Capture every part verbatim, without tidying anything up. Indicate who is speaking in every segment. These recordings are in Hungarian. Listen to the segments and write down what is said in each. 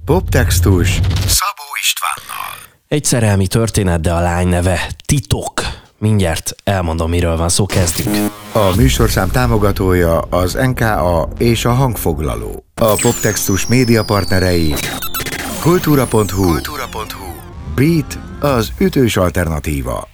Speaker 1: Poptextus Szabó Istvánnal.
Speaker 2: Egy szerelmi történet, de a lány neve titok. Mindjárt elmondom, miről van szó, kezdjük.
Speaker 1: A műsorszám támogatója az en ká á és a Hangfoglaló. A Poptextus média partnerei kultúra pont hu, kultúra pont hu. Beat, az ütős alternatíva.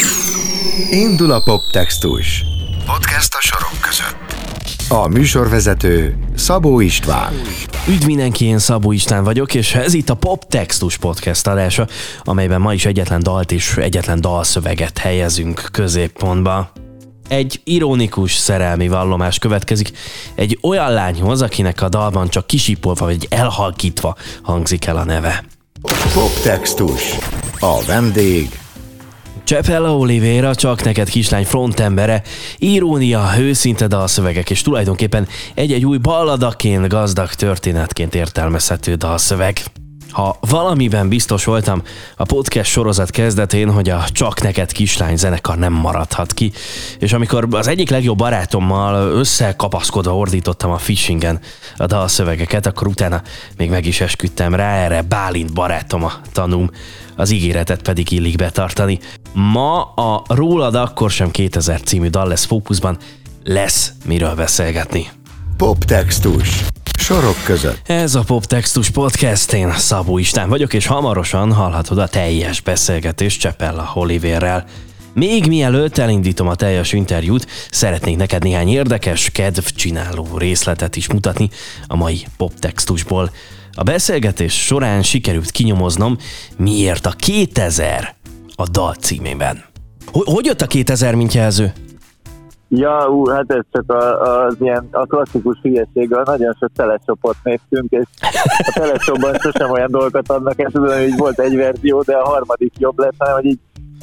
Speaker 1: Indul a Poptextus. Podcast a sorok között. A műsorvezető Szabó István.
Speaker 2: Üdv mindenki, én Szabó István vagyok, és ez itt a Poptextus podcast adása, amelyben ma is egyetlen dalt és egyetlen dalszöveget helyezünk középpontba. Egy ironikus szerelmi vallomás következik egy olyan lányhoz, akinek a dalban csak kisipolva vagy elhalkítva hangzik el a neve.
Speaker 1: Poptextus. A vendég
Speaker 2: Csepella Olivéra, csak neked kislány frontembere, irónia, őszinte dalszövegek és tulajdonképpen egy-egy új balladaként, gazdag történetként értelmezhető dalszöveg. Ha valamiben biztos voltam a podcast sorozat kezdetén, hogy a Csak neked kislány zenekar nem maradhat ki, és amikor az egyik legjobb barátommal összekapaszkodva ordítottam a Fishingen a dalszövegeket, akkor utána még meg is esküdtem rá, erre Bálint barátom a tanúm, az ígéretet pedig illik betartani. Ma a Rólad akkor sem kétezer című dal lesz fókuszban, lesz miről beszélgetni.
Speaker 1: Poptextus. Sorok között.
Speaker 2: Ez a Poptextus podcast, én Szabó István vagyok, és hamarosan hallhatod a teljes beszélgetést Csepella Olivérrel. Még mielőtt elindítom a teljes interjút, szeretnék neked néhány érdekes, kedvcsináló részletet is mutatni a mai Poptextusból. A beszélgetés során sikerült kinyomoznom, miért a kétezer a dal címében. Hogy jött a kétezer, mint jelző?
Speaker 3: Ja, ú, hát ez csak a, az ilyen, a klasszikus hülyeséggel, nagyon sok teleshopot néztünk, és a teleshopban sosem olyan dolgokat adnak, ezt tudom, hogy volt egy verzió, de a harmadik jobb lesz, hanem hogy így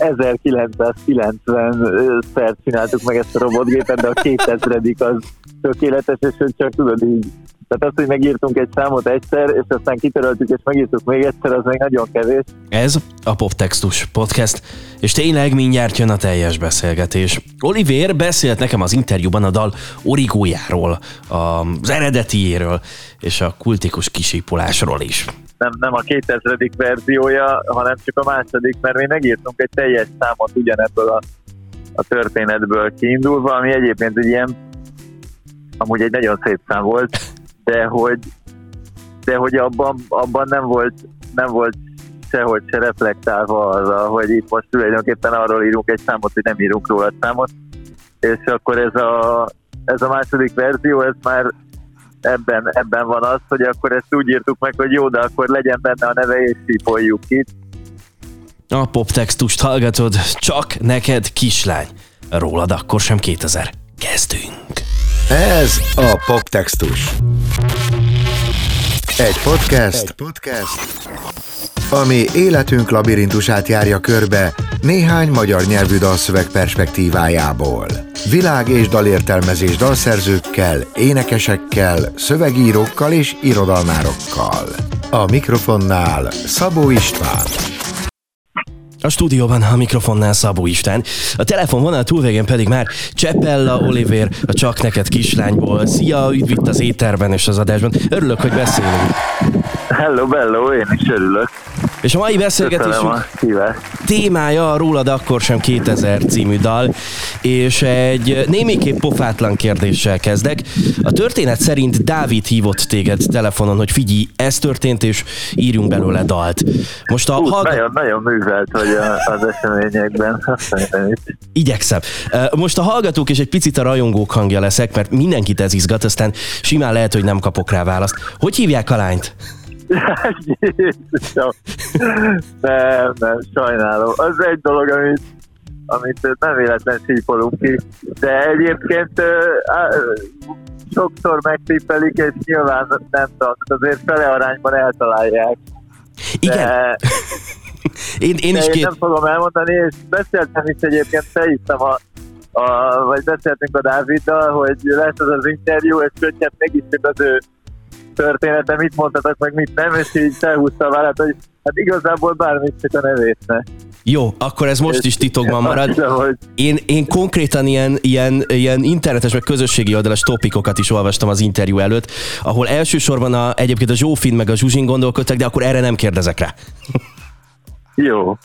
Speaker 3: ezerkilencszázkilencvenszer csináltuk meg ezt a robotgépet, de a kétezredik az tökéletes, és hogy csak tudod így. Tehát azt, hogy megírtunk egy számot egyszer, és aztán kitöröltük, és megírtuk még egyszer, az még nagyon kevés.
Speaker 2: Ez a Poptextus podcast, és tényleg mindjárt jön a teljes beszélgetés. Olivér beszélt nekem az interjúban a dal origójáról, az eredetiéről, és a kultikus kisípolásról is.
Speaker 3: Nem, nem a kétezredik verziója, hanem csak a második, mert mi megírtunk egy teljes számot ugyanebből a, a történetből kiindulva, ami egyébként egy ilyen, amúgy egy nagyon szép szám volt, de hogy, de hogy abban, abban nem volt, nem volt sehogy se reflektálva az, hogy itt most tulajdonképpen arról írunk egy számot, hogy nem írunk róla számot, és akkor ez a, ez a második verzió, ez már ebben, ebben van az, hogy akkor ezt úgy írtuk meg, hogy jó, de akkor legyen benne a neve, és szípoljuk itt.
Speaker 2: A Poptextust hallgatod, csak neked kislány. Rólad akkor sem kétezer. Kezdünk!
Speaker 1: Ez a Poptextus. Egy podcast, Egy podcast, ami életünk labirintusát járja körbe néhány magyar nyelvű dalszöveg perspektívájából. Világ- és dalértelmezés dalszerzőkkel, énekesekkel, szövegírókkal és irodalmárokkal. A mikrofonnál Szabó István.
Speaker 2: A stúdióban a mikrofonnál Szabó István, a telefonvonal túlvégén pedig már Csepella Olivér, a Csak neked kislányból. Szia, üdv itt az éterben és az adásban. Örülök, hogy beszélünk.
Speaker 3: Hello, bello, én is örülök.
Speaker 2: És a mai beszélgetésünk témája a Rólad akkor sem kétezer című dal, és egy némiképp pofátlan kérdéssel kezdek. A történet szerint Dávid hívott téged telefonon, hogy figyelj, ez történt, és írjunk belőle dalt. Most a
Speaker 3: Hú,
Speaker 2: hallgat...
Speaker 3: nagyon, nagyon művelt vagy az eseményekben.
Speaker 2: Igyekszem. Most a hallgatók és egy picit a rajongók hangja leszek, mert mindenkit ez izgat, aztán simán lehet, hogy nem kapok rá választ. Hogy hívják a lányt?
Speaker 3: nem, nem, sajnálom. Az egy dolog, amit, amit nem véletlen sípolunk ki, de egyébként á, sokszor megtippelik, és nyilván nem tudom, azért fele arányban eltalálják.
Speaker 2: Igen. De, én, én
Speaker 3: de
Speaker 2: is
Speaker 3: én
Speaker 2: két...
Speaker 3: nem fogom elmondani, és beszéltem is egyébként, felhívtam a, a, vagy beszéltünk a Dáviddal, hogy lesz az az interjú, és kötjebb mégiscsak az ő története, mit mondhatok, meg mit nem, és így felhúzta a vállát, hogy hát igazából bármit, csak a nevét ne.
Speaker 2: Jó, akkor ez most is titokban marad. Én, én konkrétan ilyen, ilyen, ilyen internetes, meg közösségi oldalas topikokat is olvastam az interjú előtt, ahol elsősorban a, egyébként a Zsófin meg a Zsuzsin gondolkodtak, de akkor erre nem kérdezek rá.
Speaker 3: Jó.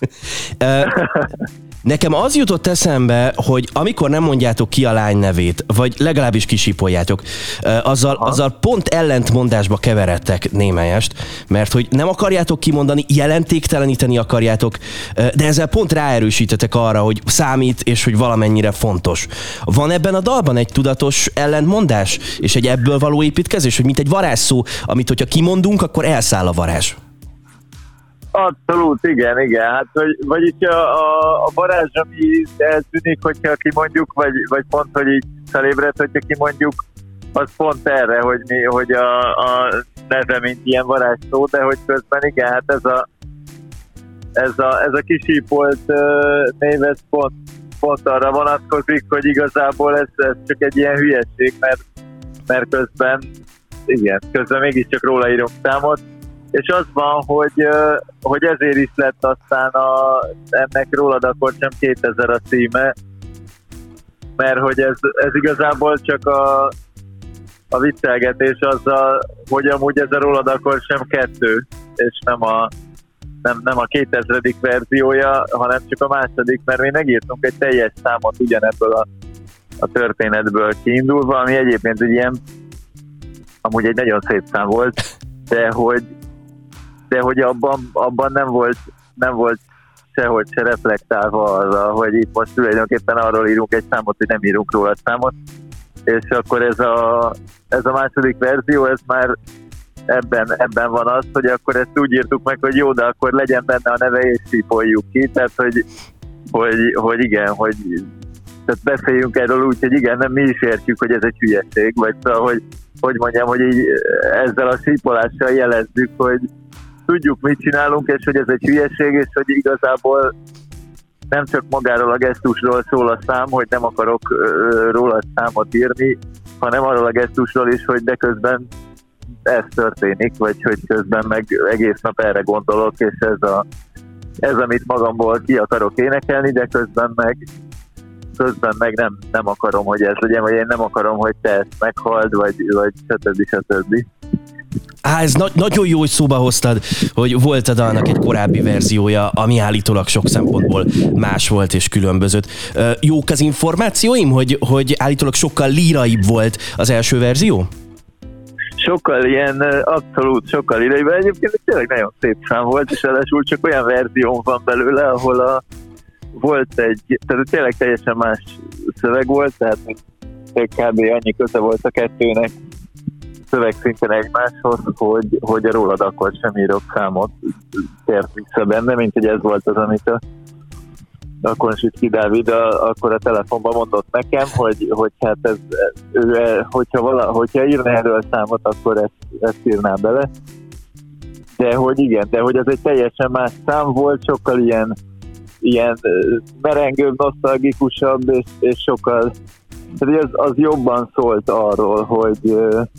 Speaker 2: Nekem az jutott eszembe, hogy amikor nem mondjátok ki a lány nevét, vagy legalábbis kisípoljátok, azzal, azzal pont ellentmondásba keveredtek némelyest, mert hogy nem akarjátok kimondani, jelentékteleníteni akarjátok, de ezzel pont ráerősítetek arra, hogy számít, és hogy valamennyire fontos. Van ebben a dalban egy tudatos ellentmondás, és egy ebből való építkezés, hogy mint egy varázsszó, amit hogyha kimondunk, akkor elszáll a varázs?
Speaker 3: Abszolút, igen, igen. Hát, vagy, vagyis a, a, a varázs, ami eltűnik, hogyha kimondjuk, vagy, vagy pont, hogy így felébred, hogyha kimondjuk, az pont erre, hogy, mi, hogy a, a neve, mint ilyen varázsszó, de hogy közben igen, hát ez a, ez a, ez a kisípolt uh, név, ez pont, pont arra vonatkozik, hogy igazából ez, ez csak egy ilyen hülyeség, mert, mert közben, igen, közben mégiscsak róla írunk számot. És az van, hogy, hogy ezért is lett aztán a, ennek Rólad akkor sem kétezer a címe, mert hogy ez, ez igazából csak a, a viccelgetés azzal, hogy amúgy ez a Rólad akkor sem kettő, és nem a, nem, nem a kétezredik verziója, hanem csak a második, mert mi megírtunk egy teljes számot ugyanebből a, a történetből kiindulva, ami egyébként egy ilyen, amúgy egy nagyon szép szám volt, de hogy de hogy abban, abban nem volt, nem volt sehogy se reflektálva arra, hogy itt most tulajdonképpen arról írunk egy számot, hogy nem írunk róla számot, és akkor ez a, ez a második verzió, ez már ebben, ebben van az, hogy akkor ezt úgy írtuk meg, hogy jó, de akkor legyen benne a neve, és szípoljuk ki, tehát hogy, hogy, hogy igen, hogy tehát beszéljünk erről úgy, hogy igen, nem mi is értjük, hogy ez egy hülyeség, vagy szóval, hogy, hogy mondjam, hogy így ezzel a sípolással jelezzük, hogy tudjuk, mit csinálunk, és hogy ez egy hülyeség, és hogy igazából nem csak magáról a gesztusról szól a szám, hogy nem akarok uh, róla számot írni, hanem arról a gesztusról is, hogy de közben ez történik, vagy hogy közben meg egész nap erre gondolok, és ez, a, ez amit magamból ki akarok énekelni, de közben meg közben meg nem, nem akarom, hogy ez legyen, vagy én nem akarom, hogy te ezt meghald, vagy, vagy stb. stb.
Speaker 2: Á, ez na- nagyon jó, hogy szóba hoztad, hogy volt a dalnak egy korábbi verziója, ami állítólag sok szempontból más volt és különbözött. Jók az információim, hogy, hogy állítólag sokkal líraibb volt az első verzió?
Speaker 3: Sokkal ilyen, abszolút sokkal líraibb. Egyébként tényleg nagyon szép szám volt, és ráadásul csak olyan verzió van belőle, ahol a, volt egy, tehát tényleg teljesen más szöveg volt, tehát kb. Annyi köze volt a kettőnek szövegszinten egymáshoz, hogy, hogy a Rólad akkor sem írok számot tért vissza benne, mint hogy ez volt az, amit a, a Konsicki Dávid a, akkor a telefonban mondott nekem, hogy, hogy hát ez, ő, hogyha, vala, hogyha írna erről számot, akkor ezt, ezt írná bele. De hogy igen, de hogy ez egy teljesen más szám volt, sokkal ilyen, ilyen merengőbb, nosztalgikusabb, és, és sokkal, tehát az, az jobban szólt arról, hogy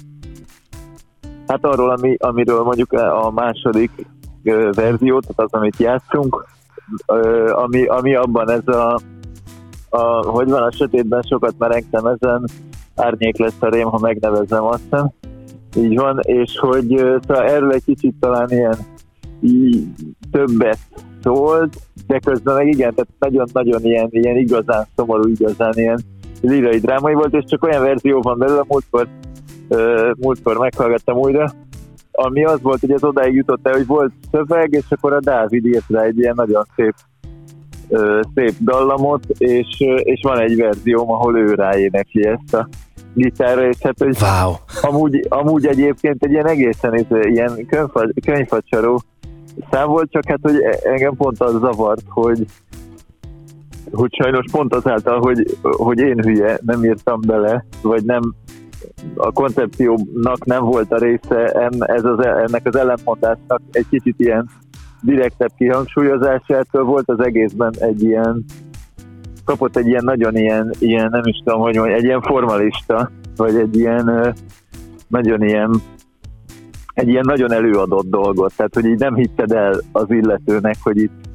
Speaker 3: hát arról, ami, amiről mondjuk a második uh, verzió, tehát az, amit játszunk, uh, ami, ami abban ez a, a, hogy van, a sötétben sokat merengtem ezen, árnyék lesz a rém, ha megnevezem, azt hiszem. Így van, és hogy uh, szóval erről egy kicsit talán ilyen így, többet szólt, de közben meg igen, tehát nagyon-nagyon ilyen, ilyen igazán szomorú, igazán ilyen lírai drámai volt, és csak olyan verzió van belőle, múltkor Uh, múltkor meghallgattam újra, ami az volt, hogy ez odáig jutott el, hogy volt szöveg, és akkor a Dávid írt rá egy ilyen nagyon szép, uh, szép dallamot, és, uh, és van egy verzióm, ahol ő ráénekli ezt a gitárra, és hát, hogy
Speaker 2: wow.
Speaker 3: amúgy, amúgy egyébként egy ilyen egészen ilyen könyvfa, könyvfacsaró szám volt, csak hát, hogy engem pont az zavart, hogy hogy sajnos pont azáltal, hogy, hogy én hülye, nem írtam bele, vagy nem a koncepciónak nem volt a része ez az, ennek az ellentmondásnak egy kicsit ilyen direktebb kihangsúlyozásától volt az egészben egy ilyen, kapott egy ilyen nagyon ilyen, ilyen nem is tudom, hogy mondjam, egy ilyen formalista, vagy egy ilyen nagyon ilyen egy ilyen nagyon előadott dolgot, tehát hogy így nem hitted el az illetőnek, hogy itt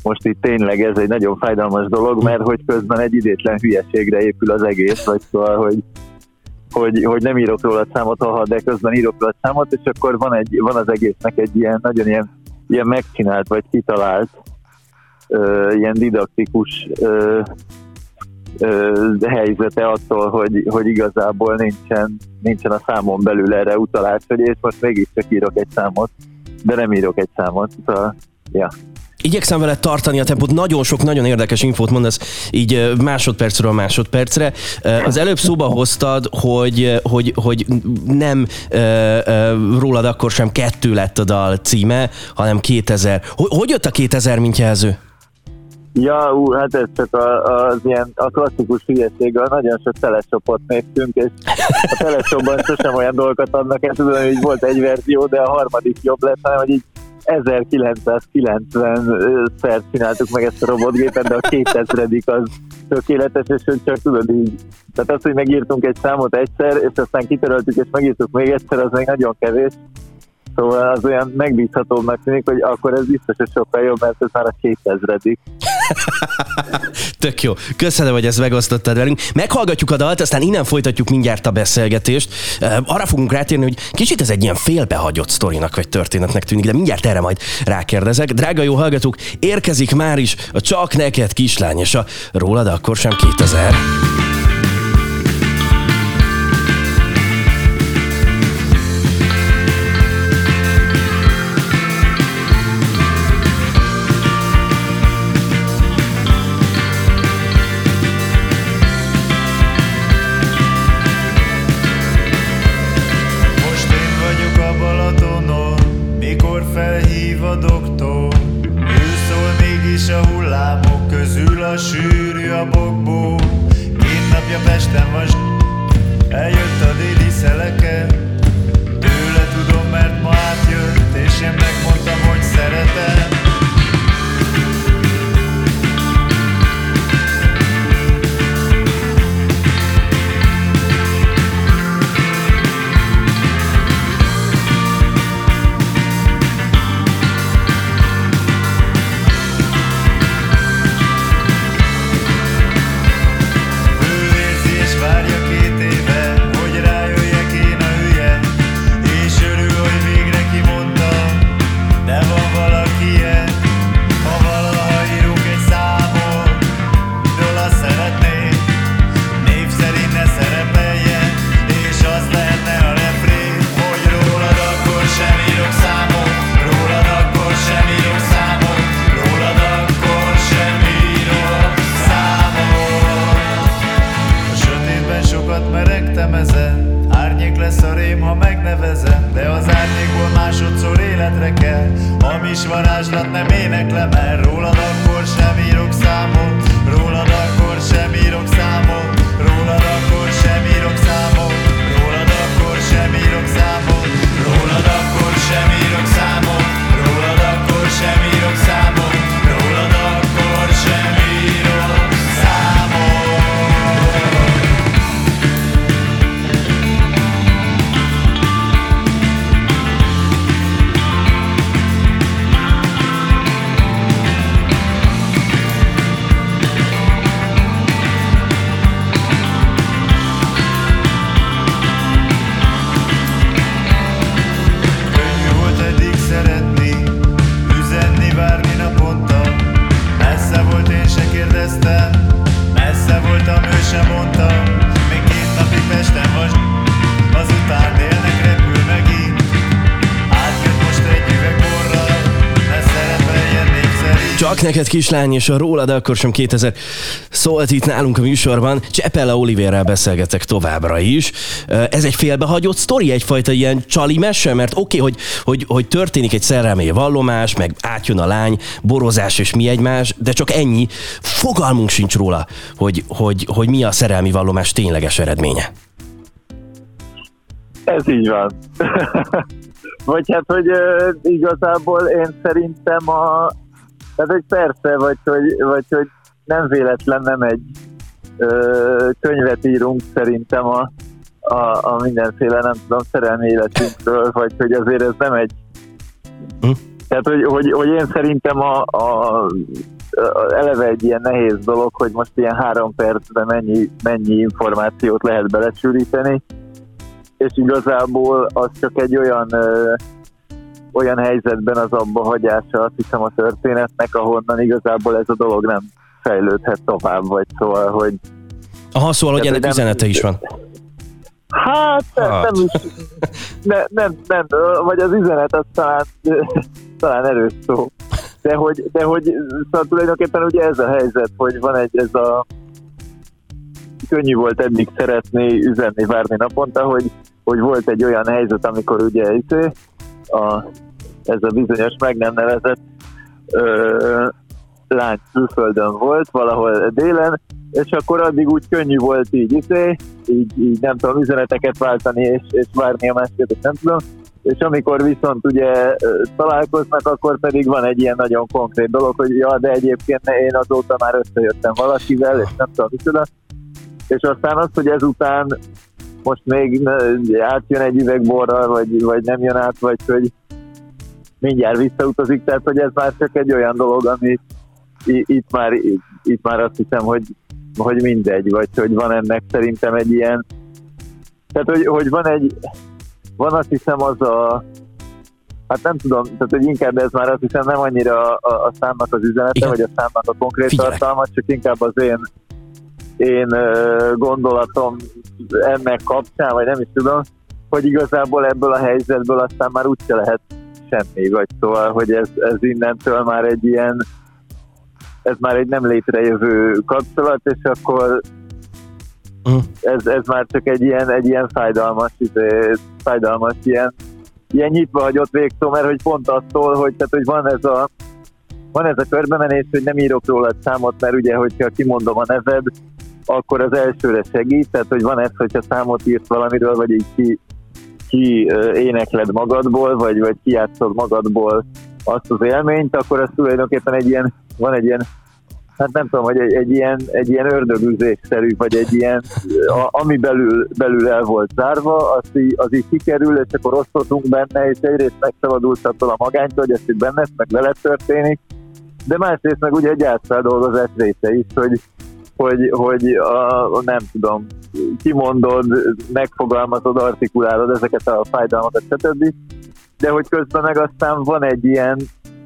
Speaker 3: most itt tényleg ez egy nagyon fájdalmas dolog, mert hogy közben egy idétlen hülyeségre épül az egész, vagy szóval, hogy, hogy, hogy nem írok róla számot, ha de közben írok róla számot, és akkor van, egy, van az egésznek egy ilyen nagyon ilyen, ilyen megcsinált, vagy kitalált, ö, ilyen didaktikus ö, ö, helyzete attól, hogy, hogy igazából nincsen, nincsen a számon belül erre utalás, hogy és most mégiscsak írok egy számot, de nem írok egy számot. Szóval, ja.
Speaker 2: Igyekszem veled tartani a tempót, nagyon sok, nagyon érdekes infót mondasz így másodpercről másodpercre. Az előbb szóba hoztad, hogy, hogy, hogy nem rólad akkor sem kettő lett a dal címe, hanem kétezer. Hogy jött a kétezer, mint jelző?
Speaker 3: Ja, ú, hát ez csak a, az ilyen, a klasszikus hülyeséggel, nagyon sok teleshopot néztünk, és a teleshopban sosem olyan dolgokat adnak, ezt tudom, hogy volt egy verzió, de a harmadik jobb lett, hanem hogy így ezerkilencszázkilencvenszer csináltuk meg ezt a robotgépet, de a kétezredik az tökéletes, és hogy csak tudod így. Tehát az, hogy megírtunk egy számot egyszer, és aztán kitöröltük, és megírtuk még egyszer, az még nagyon kevés. Szóval az olyan megbízhatóbbnak tűnik, hogy akkor ez biztos, hogy sokkal jobb, mert ez már a kétezredik.
Speaker 2: Tök jó. Köszönöm, hogy ezt megosztottad velünk. Meghallgatjuk a dalt, aztán innen folytatjuk mindjárt a beszélgetést. Arra fogunk rátérni, hogy kicsit ez egy ilyen félbehagyott sztorinak vagy történetnek tűnik, de mindjárt erre majd rákérdezek. Drága jó hallgatók, érkezik már is a Csak neked kislány, és a Rólad akkor sem kétezer.
Speaker 4: Sűrű a bokbó, két napja Pesten van, eljött a déli szeleke. Tőle tudom, mert ma átjött, és én megmondtam, hogy szeretem. Árnyék lesz a rém, ha megnevezem, de az árnyékból másodszor életre kell. Hamis varázslat, nem éneklem el. Rólad akkor sem írok számot, rólad akkor sem írok számot, rólad akkor sem írok számot, rólad akkor sem írok számot, rólad akkor sem írok számot, rólad akkor sem írok számot, rólad akkor sem írok számot. Messze voltam, ő sem mondta. Még két napig Pesten vagy, azután délnek repül megint. Átjött most egy üveg borral, ne szerepeljen népszerű.
Speaker 2: Csak neked kislány, és a Rólad akkor sem kétezer szólt itt nálunk a műsorban. Csepella Olivérrel beszélgetek továbbra is. Ez egy félbehagyott sztori, egyfajta ilyen csali mese, mert oké, okay, hogy, hogy, hogy történik egy szerelmi vallomás, meg átjön a lány, borozás és mi egymás, de csak ennyi. Fogalmunk sincs róla, hogy, hogy, hogy mi a szerelmi vallomás tényleges eredménye.
Speaker 3: Ez így van. Vagy hát, hogy uh, igazából én szerintem a... Tehát, hogy persze, vagy hogy, vagy hogy nem véletlen, nem egy ö, könyvet írunk szerintem a, a, a mindenféle, nem tudom, szerelmi életünkről, vagy hogy azért ez nem egy... Hm? Tehát, hogy, hogy, hogy én szerintem a, a eleve egy ilyen nehéz dolog, hogy most ilyen három percben mennyi, mennyi információt lehet belesűríteni, és igazából az csak egy olyan ö, olyan helyzetben az abba hagyása, azt hiszem, a történetnek, ahonnan igazából ez a dolog nem fejlődhet tovább, vagy szóval, hogy...
Speaker 2: Aha, szóval, hogy ennek
Speaker 3: nem,
Speaker 2: üzenete is van.
Speaker 3: Hát, nem,
Speaker 2: hát.
Speaker 3: nem is, ne, nem, nem, vagy az üzenet az talán, talán erős szó. De hogy, de hogy szóval tulajdonképpen ugye ez a helyzet, hogy van egy, ez a könnyű volt eddig szeretni, üzenni, várni naponta, hogy, hogy volt egy olyan helyzet, amikor ugye a, ez a bizonyos meg nem nevezett ö, lány külföldön volt, valahol délen, és akkor addig úgy könnyű volt így, izé, így, így nem tudom, üzeneteket váltani, és, és várni a másikat, és nem tudom. És amikor viszont ugye találkoznak, akkor pedig van egy ilyen nagyon konkrét dolog, hogy ja, de egyébként én azóta már összejöttem valakivel, és nem tudom, micsoda. És aztán az, hogy ezután most még átjön egy üveg borral, vagy, vagy nem jön át, vagy hogy mindjárt visszautazik, tehát hogy ez már csak egy olyan dolog, ami itt már, itt, itt már azt hiszem, hogy, hogy mindegy, vagy hogy van ennek szerintem egy ilyen, tehát hogy, hogy van egy, van azt hiszem az a, hát nem tudom, tehát hogy inkább ez már azt hiszem nem annyira a, a számnak az üzenete, igen, vagy a számnak a konkrét Figyelek. tartalmat, csak inkább az én, én gondolatom ennek kapcsán, vagy nem is tudom, hogy igazából ebből a helyzetből aztán már úgyse lehet semmi, vagy szóval, hogy ez, ez innentől már egy ilyen, ez már egy nem létrejövő kapcsolat, és akkor uh. ez, ez már csak egy ilyen, egy ilyen fájdalmas, fájdalmas ilyen, ilyen nyitva hagyott végszó, mert hogy pont attól, hogy, tehát, hogy van ez a van ez a körbemenés, hogy nem írok rólad számot, mert ugye, hogyha kimondom a neved, akkor az elsőre segít, tehát hogy van ez, hogyha számot írt valamiről, vagy így ki, ki énekled magadból, vagy, vagy kijátszod magadból azt az élményt, akkor az tulajdonképpen egy ilyen, van egy ilyen, hát nem tudom, hogy egy, egy ilyen, egy ilyen ördögüzésszerű, vagy egy ilyen, a, ami belül, belül el volt zárva, az így, az így kikerül, és akkor osztozunk benne, és egyrészt megszabadulsz attól a magánytól, hogy ezt itt benned, meg veled történik, de másrészt meg ugye egy átfeldolgozás része is, hogy, hogy, hogy a, nem tudom, kimondod, megfogalmazod, artikulálod ezeket a fájdalmakat, stb. De hogy közben meg aztán van egy ilyen,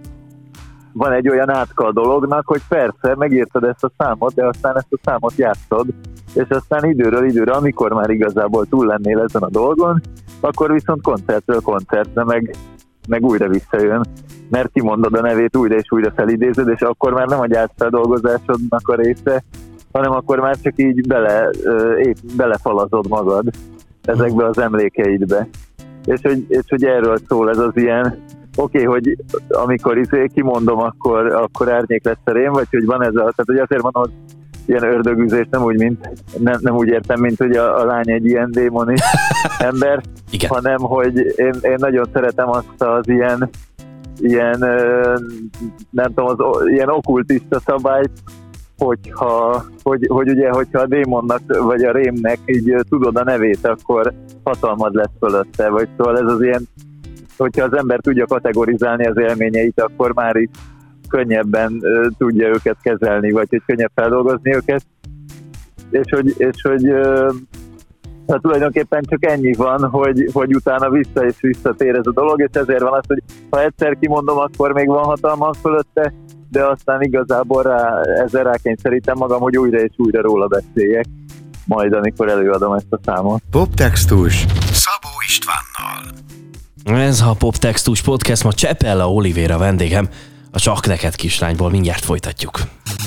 Speaker 3: van egy olyan átka a dolognak, hogy persze, megírtad ezt a számot, de aztán ezt a számot játszod, és aztán időről időre, amikor már igazából túl lennél ezen a dolgon, akkor viszont koncertről koncertre meg, meg újra visszajön, mert kimondod a nevét újra és újra felidézed, és akkor már nem a gyászfeldolgozásodnak a része, hanem akkor már csak így bele, épp belefalazod magad ezekbe az emlékeidbe. És hogy, és hogy erről szól ez az ilyen, oké, okay, hogy amikor izé kimondom, akkor, akkor árnyék lesz a rém, vagy hogy van ez a, tehát hogy azért mondom, hogy ilyen ördögüzés, nem úgy, mint, nem, nem úgy értem, mint hogy a, a lány egy ilyen démoni ember, hanem hogy én, én nagyon szeretem azt az ilyen, ilyen nem tudom, az ilyen okkultista szabályt, hogyha, hogy, hogy ugye, hogyha a démonnak, vagy a rémnek így tudod a nevét, akkor hatalmad lesz fölötte, vagy szóval ez az ilyen, hogyha az ember tudja kategorizálni az élményeit, akkor már is könnyebben uh, tudja őket kezelni, vagy hogy könnyebb feldolgozni őket, és hogy, és hogy uh, hát tulajdonképpen csak ennyi van, hogy, hogy utána vissza és visszatér ez a dolog, és ezért van az, hogy ha egyszer kimondom, akkor még van hatalmam fölötte, de aztán igazából rá, ezzel rákényszerítem magam, hogy újra és újra róla beszéljek, majd amikor előadom ezt a számot.
Speaker 1: Poptextus Szabó Istvánnal.
Speaker 2: Ez a Poptextus Podcast, ma Csepella Olivéra vendégem, a Csak neked kislányból, mindjárt folytatjuk.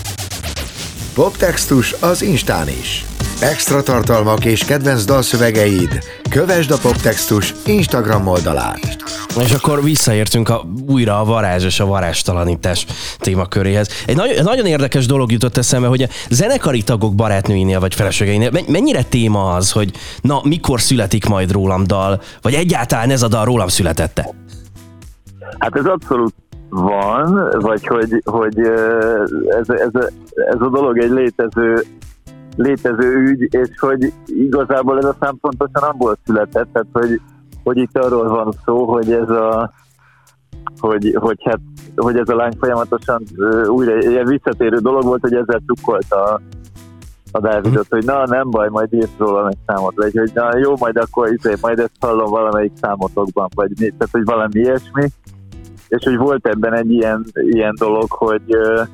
Speaker 1: Poptextus az Instán is. Extra tartalmak és kedvenc dalszövegeid. Kövesd a Poptextus Instagram oldalát.
Speaker 2: És akkor visszaértünk a, újra a varázs és a varázstalanítás témaköréhez. Egy nagyon, nagyon érdekes dolog jutott eszembe, hogy a zenekari tagok barátnőinél vagy feleségeinél mennyire téma az, hogy na, mikor születik majd rólam dal, vagy egyáltalán ez a dal rólam születette?
Speaker 3: Hát ez abszolút van, vagy hogy, hogy ez, ez, ez a dolog egy létező létező ügy, és hogy igazából ez a szám pontosan abból született, tehát hogy, hogy itt arról van szó, hogy ez a hogy, hogy hát hogy ez a lány folyamatosan uh, újra ilyen visszatérő dolog volt, hogy ezzel trukkolta a, a Dávidot, hogy na nem baj, majd írt róla egy számot, vagy hogy na jó, majd akkor izé, majd ezt hallom valamelyik számotokban, vagy mi, tehát hogy valami ilyesmi, és hogy volt ebben egy ilyen, ilyen dolog, hogy uh,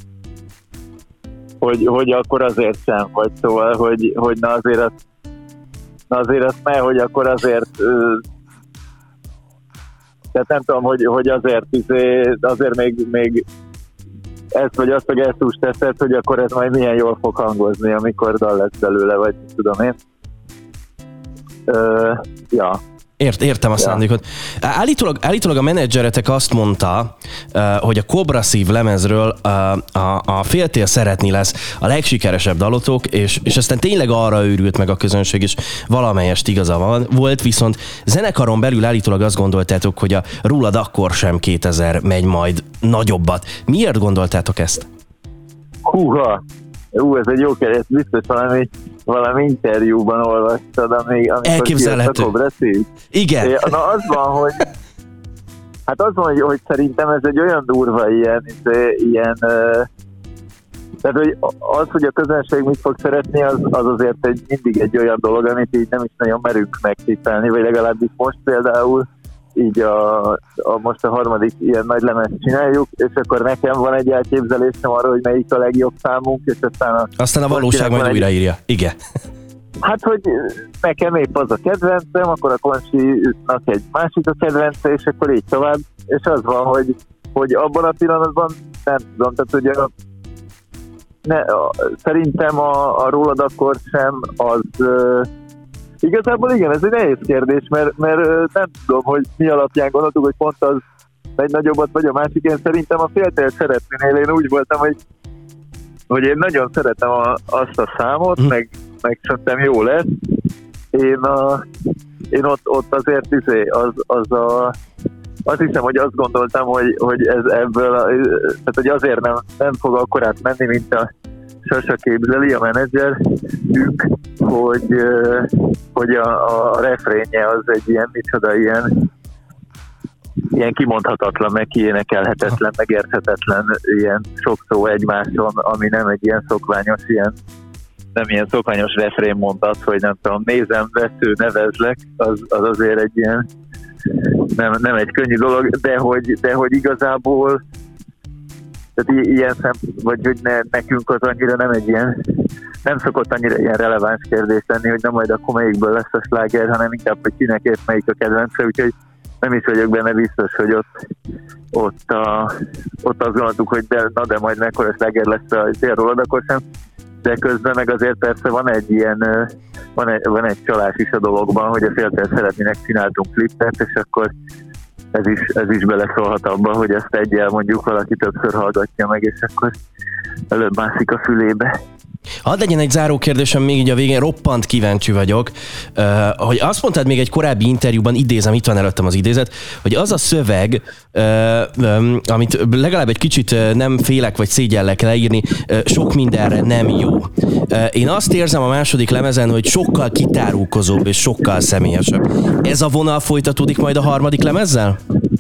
Speaker 3: hogy, hogy akkor azért sem, vagy szóval, hogy, hogy na azért azt na azért azt ne, hogy akkor azért uh, tehát nem tudom, hogy, hogy azért, azért még, még ezt vagy azt a gesztust teszed, hogy akkor ez majd milyen jól fog hangozni, amikor dal lesz belőle, vagy tudom én. Ö, ja.
Speaker 2: Ért, értem a ja. szándékot. Állítólag, állítólag a menedzseretek azt mondta, hogy a Kobra Szív lemezről a, a, a Féltél szeretni lesz a legsikeresebb dalotok, és, és aztán tényleg arra őrült meg a közönség, és valamelyest igaza van, volt, viszont zenekaron belül állítólag azt gondoltátok, hogy a Rólad akkor sem kétezer megy majd nagyobbat. Miért gondoltátok ezt?
Speaker 3: Húha! Ú, ez egy jó kérdés, biztos valami, valami interjúban olvastad, amíg, amikor
Speaker 2: elképzelhető.
Speaker 3: A Kobra Szív.
Speaker 2: Igen.
Speaker 3: É, na az van, hogy hát az van, hogy, hogy szerintem ez egy olyan durva ilyen, ilyen uh, tehát hogy az, hogy a közönség mit fog szeretni, az, az azért egy, mindig egy olyan dolog, amit így nem is nagyon merünk megtippelni, vagy legalábbis most például így a, a most a harmadik ilyen nagy lemezt csináljuk, és akkor nekem van egy elképzelésem arra, hogy melyik a legjobb számunk, és aztán a...
Speaker 2: Aztán a valóság majd újraírja. Egy... Igen.
Speaker 3: Hát, hogy nekem épp az a kedvencem, akkor a Koncsinak egy másik a kedvence, és akkor így tovább, és az van, hogy, hogy abban a pillanatban nem tudom, tehát ugye a, ne, a, szerintem a, a Rólad akkor sem az... Uh, Igazából igen, ez egy nehéz kérdés, mert, mert nem tudom, hogy mi alapján gondoltuk, hogy pont az egy nagyobbat vagy a másik. Én szerintem a Féltél szeretnénél én úgy voltam, hogy, hogy én nagyon szeretem a, azt a számot, mm. meg, meg szerintem jó lesz. Én, a, én ott, ott azért izé, az, az a... Azt hiszem, hogy azt gondoltam, hogy, hogy ez ebből, a, tehát hogy azért nem, nem fog akkorát menni, mint a Sasa képzeli, a menedzserünk, hogy, hogy a, a refrénje az egy ilyen, micsoda, ilyen, ilyen kimondhatatlan, meg kiénekelhetetlen, meg érthetetlen, ilyen sok szó egymáson, ami nem egy ilyen szokványos, ilyen, nem ilyen szokványos refrén mondat, hogy nem tudom, nézem, vesző, nevezlek, az, az azért egy ilyen, nem, nem egy könnyű dolog, de hogy, de hogy igazából tehát ilyen szem, vagy hogy ne, nekünk az annyira nem egy ilyen, nem szokott annyira ilyen releváns kérdés lenni, hogy nem majd akkor melyikből lesz a sláger, hanem inkább, hogy kinek épp melyik a kedvence, úgyhogy nem is vagyok benne biztos, hogy ott, ott, a, ott azt gondoltuk, hogy de, na de majd mekkora sláger lesz a Rólad akkor sem, de közben meg azért persze van egy ilyen, van egy, van egy csalás is a dologban, hogy a Féltél szeretnének csináltunk klipet, és akkor Ez is, ez is beleszólhat abba, hogy ezt egyel mondjuk valaki többször hallgatja meg, és akkor előbb mászik a fülébe.
Speaker 2: Hadd legyen egy záró kérdésem még így a végén, roppant kíváncsi vagyok, uh, hogy azt mondtad még egy korábbi interjúban, idézem, itt van előttem az idézet, hogy az a szöveg, uh, um, amit legalább egy kicsit uh, nem félek vagy szégyellek leírni, uh, sok mindenre nem jó. Uh, én azt érzem a második lemezen, hogy sokkal kitárulkozóbb és sokkal személyesebb. Ez a vonal folytatódik majd a harmadik lemezzel?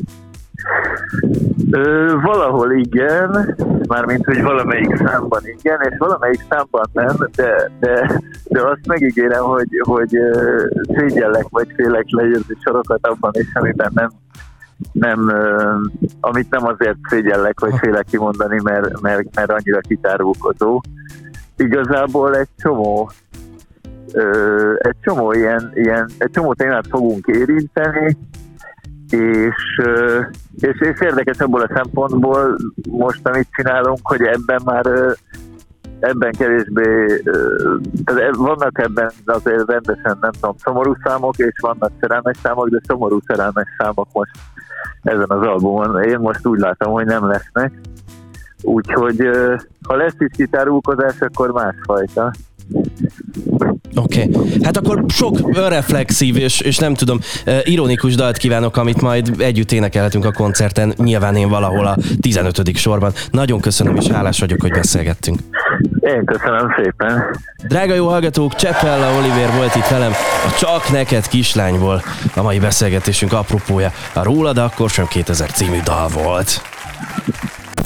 Speaker 3: Ö, valahol igen, mármint, hogy valamelyik számban igen, és valamelyik számban nem, de, de, de azt megígérem, hogy, hogy szégyellek vagy félek leírni sorokat abban is, amiben nem, nem, amit nem azért szégyellek vagy félek kimondani, mert, mert, mert annyira kitárulkozó. Igazából egy csomó egy csomó ilyen, ilyen egy csomó témát fogunk érinteni, És, és, és érdekes abból a szempontból most, amit csinálunk, hogy ebben már ebben kevésbé, tehát vannak ebben azért rendesen, nem tudom, szomorú számok, és vannak szerelmes számok, de szomorú szerelmes számok most ezen az albumon. Én most úgy látom, hogy nem lesznek. Úgyhogy ha lesz is kitárulkozás, akkor másfajta.
Speaker 2: Oké, okay. Hát akkor sok önreflexív és, és nem tudom, ironikus dalt kívánok, amit majd együtt énekelhetünk a koncerten, nyilván én valahol a tizenötödik sorban. Nagyon köszönöm, és hálás vagyok, hogy beszélgettünk.
Speaker 3: Én köszönöm szépen.
Speaker 2: Drága jó hallgatók, Cseppella Olivér volt itt velem, a Csak neked kislányból a mai beszélgetésünk apropója. A Rólad akkor sem kétezer című dal volt.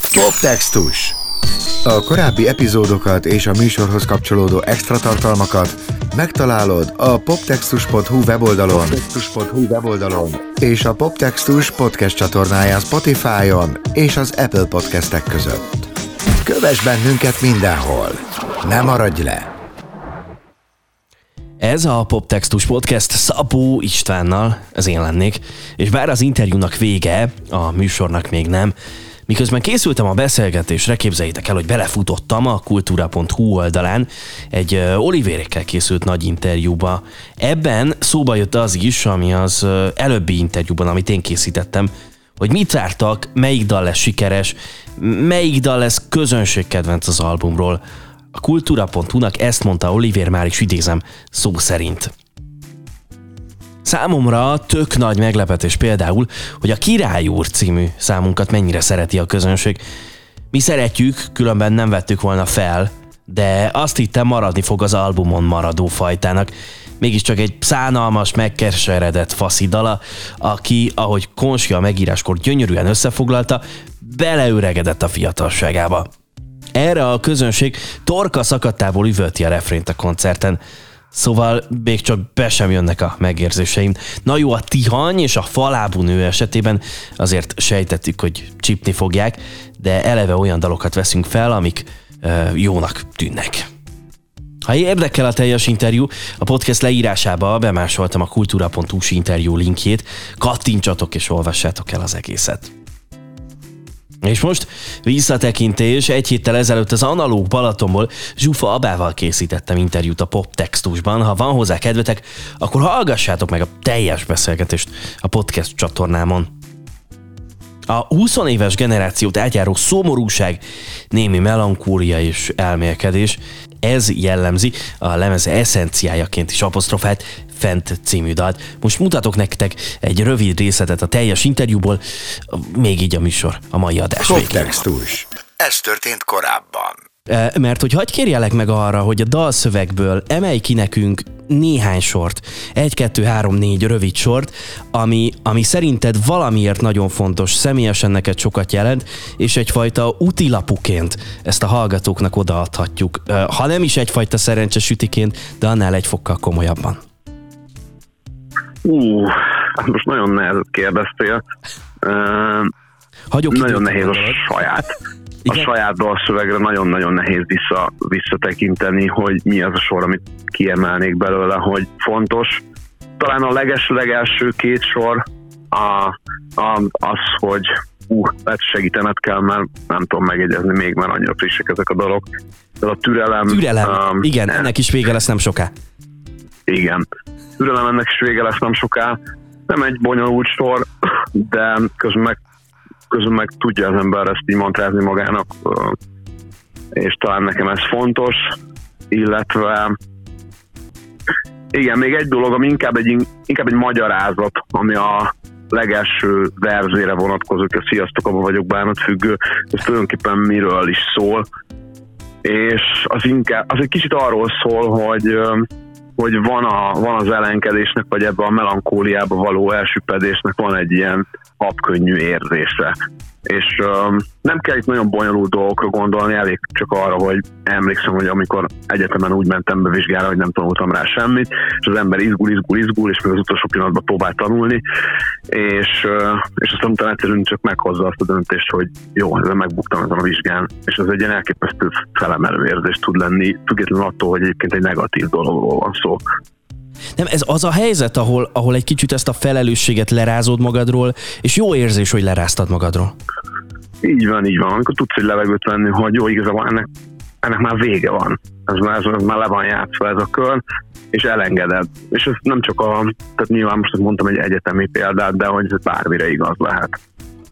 Speaker 1: Poptextus. A korábbi epizódokat és a műsorhoz kapcsolódó extra tartalmakat megtalálod a poptextus pont hu weboldalon, poptextus pont hu weboldalon és a Poptextus podcast csatornáján Spotify-on és az Apple Podcastek között. Kövess bennünket mindenhol! Ne maradj le!
Speaker 2: Ez a Poptextus Podcast Szabó Istvánnal, ez én lennék, és bár az interjúnak vége, a műsornak még nem, miközben készültem a beszélgetésre, képzeljétek el, hogy belefutottam a kultúra pont hu oldalán egy Olivérekkel készült nagy interjúba. Ebben szóba jött az is, ami az előbbi interjúban, amit én készítettem, hogy mit vártak, melyik dal lesz sikeres, melyik dal lesz közönségkedvenc az albumról. A kultúra pont hu-nak ezt mondta Olivér, már is idézem szó szerint. Számomra tök nagy meglepetés például, hogy a Király úr című számunkat mennyire szereti a közönség. Mi szeretjük, különben nem vettük volna fel, de azt hittem maradni fog az albumon maradó fajtának. Mégiscsak egy szánalmas, megkeseredett faszidala, aki, ahogy Konsti a megíráskor gyönyörűen összefoglalta, beleöregedett a fiatalságába. Erre a közönség torka szakadtából üvölti a refrént a koncerten. Szóval még csak be sem jönnek a megérzéseim. Na jó, a Tihany és a Falábú nő esetében azért sejtettük, hogy csípni fogják, de eleve olyan dalokat veszünk fel, amik uh, jónak tűnnek. Ha érdekel a teljes interjú, a podcast leírásába bemásoltam a kultúra pont hu-s interjú linkjét, kattintsatok és olvassátok el az egészet. És most visszatekintés, egy héttel ezelőtt az Analóg Balatonból Zsufa Abával készítettem interjút a Poptextusban. Ha van hozzá kedvetek, akkor hallgassátok meg a teljes beszélgetést a podcast csatornámon. A húsz éves generációt átjáró szomorúság, némi melankólia és elmélkedés, ez jellemzi a lemeze eszenciájaként is apostrofált Fent című dalt. Most mutatok nektek egy rövid részletet a teljes interjúból, még így a műsor a mai adás végén.
Speaker 1: Poptextus. Ez történt korábban.
Speaker 2: Mert hogy hagyj kérjelek meg arra, hogy a dalszövegből emelj ki nekünk néhány sort, egy, kettő, három, négy rövid sort, ami, ami szerinted valamiért nagyon fontos, személyesen neked sokat jelent, és egyfajta útilapuként ezt a hallgatóknak odaadhatjuk. Ha nem is egyfajta szerencsesütiként, de annál egy fokkal komolyabban.
Speaker 5: Ú, uh, most nagyon nehezet kérdeztél. Uh, nagyon nehéz a saját. Igen? A saját dalszövegre nagyon-nagyon nehéz vissza, visszatekinteni, hogy mi az a sor, amit kiemelnék belőle, hogy fontos. Talán a leges-legelső két sor a, a, az, hogy uh, lehet segítened kell, mert nem tudom megjegyezni még, mert annyira frissek ezek a dalok. De a türelem...
Speaker 2: Türelem, um, igen, ennek is vége lesz nem soká.
Speaker 5: Igen. Türelem, ennek is vége lesz nem soká. Nem egy bonyolult sor, de közben meg, közben meg tudja az ember ezt így mantrázni magának, és talán nekem ez fontos, illetve igen, még egy dolog, ami inkább egy, inkább egy magyarázat, ami a legelső verzére vonatkozik, a Sziasztok, abban vagyok bánatfüggő, ez tulajdonképpen miről is szól, és az, inkább, az egy kicsit arról szól, hogy hogy van, a, van az ellenkedésnek, vagy ebben a melankóliába való elsüppedésnek van egy ilyen habkönnyű érzése. És um, nem kell itt nagyon bonyolult dolgokra gondolni, elég csak arra, hogy emlékszem, hogy amikor egyetemen úgy mentem be vizsgára, hogy nem tanultam rá semmit, és az ember izgul, izgul, izgul, és még az utolsó pillanatban próbál tanulni, és, uh, és aztán utána egyszerűen csak meghozza azt a döntést, hogy jó, ezen megbuktam ezen a vizsgán, és ez egy ilyen elképesztő felemelő érzés tud lenni, függetlenül attól, hogy egyébként egy negatív dologról van szó.
Speaker 2: Nem, ez az a helyzet, ahol, ahol egy kicsit ezt a felelősséget lerázod magadról, és jó érzés, hogy leráztad magadról.
Speaker 5: Így van, így van. Amikor tudsz egy levegőt venni, hogy jó, igazából ennek, ennek már vége van. Ez már, ez már le van játszva ez a kör, és elengeded. És ez nem csak a, tehát nyilván most mondtam egy egyetemi példát, de hogy ez bármire igaz lehet.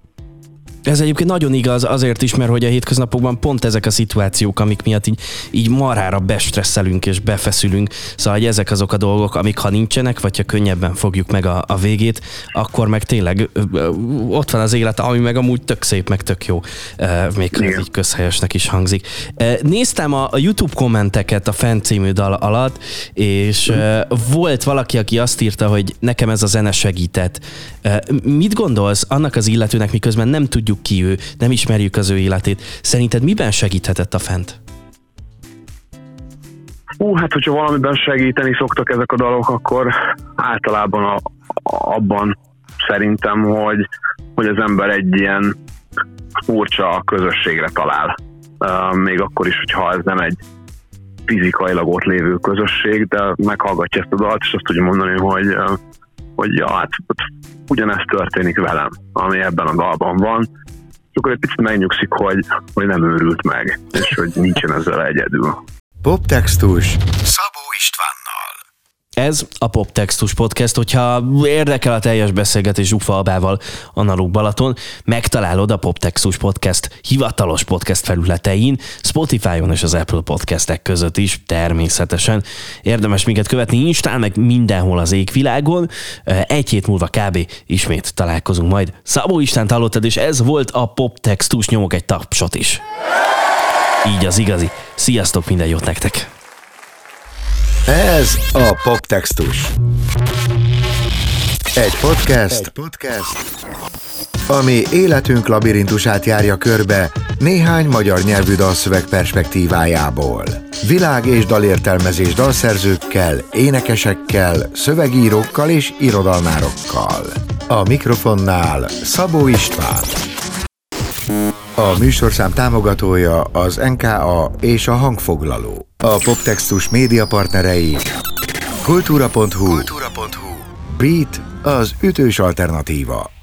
Speaker 2: Ez egyébként nagyon igaz azért is, mert hogy a hétköznapokban pont ezek a szituációk, amik miatt így, így marhára bestresszelünk és befeszülünk. Szóval, hogy ezek azok a dolgok, amik ha nincsenek, vagy ha könnyebben fogjuk meg a, a végét, akkor meg tényleg ott van az élet, ami meg amúgy tök szép, meg tök jó. Még ez így közhelyesnek is hangzik. Néztem a, a YouTube kommenteket a Fent című dal alatt, és mm. volt valaki, aki azt írta, hogy nekem ez a zene segített. Mit gondolsz annak az illetőnek, miközben nem tudjuk tudjuk ki ő, nem ismerjük az ő életét. Szerinted miben segíthetett a fent?
Speaker 5: Hú, hát hogyha valamiben segíteni szoktak ezek a dalok, akkor általában a, a, abban szerintem, hogy, hogy az ember egy ilyen furcsa közösségre talál. Uh, még akkor is, hogyha ez nem egy fizikailag ott lévő közösség, de meghallgatja ezt a dalt, és azt tudja mondani, hogy, uh, hogy ja, hát ugyanezt történik velem, ami ebben a dalban van. És akkor egy picit megnyugszik, hogy, hogy nem őrült meg, és hogy nincsen ezzel egyedül.
Speaker 1: Poptextus Szabó Istvánnal.
Speaker 2: Ez a Poptextus Podcast, hogyha érdekel a teljes beszélgetés Zsuffa Albával, Analóg Balaton, megtalálod a Poptextus Podcast hivatalos podcast felületein, Spotify-on és az Apple Podcastek között is, természetesen. Érdemes minket követni Instán, meg mindenhol az égvilágon. Egy hét múlva kb. Ismét találkozunk majd. Szabó Istvánt hallottad, és ez volt a Poptextus, nyomok egy tapsot is. Így az igazi. Sziasztok, minden jót nektek!
Speaker 1: Ez a Poptextus. Egy podcast, Egy podcast, ami életünk labirintusát járja körbe néhány magyar nyelvű dalszöveg perspektívájából. Világ- és dalértelmezés dalszerzőkkel, énekesekkel, szövegírókkal és irodalmárokkal. A mikrofonnál Szabó István. A műsorszám támogatója az en ká á és a Hangfoglaló. A Poptextus média partnerei kultúra pont hu, Kultúra pont hu. Beat az ütős alternatíva.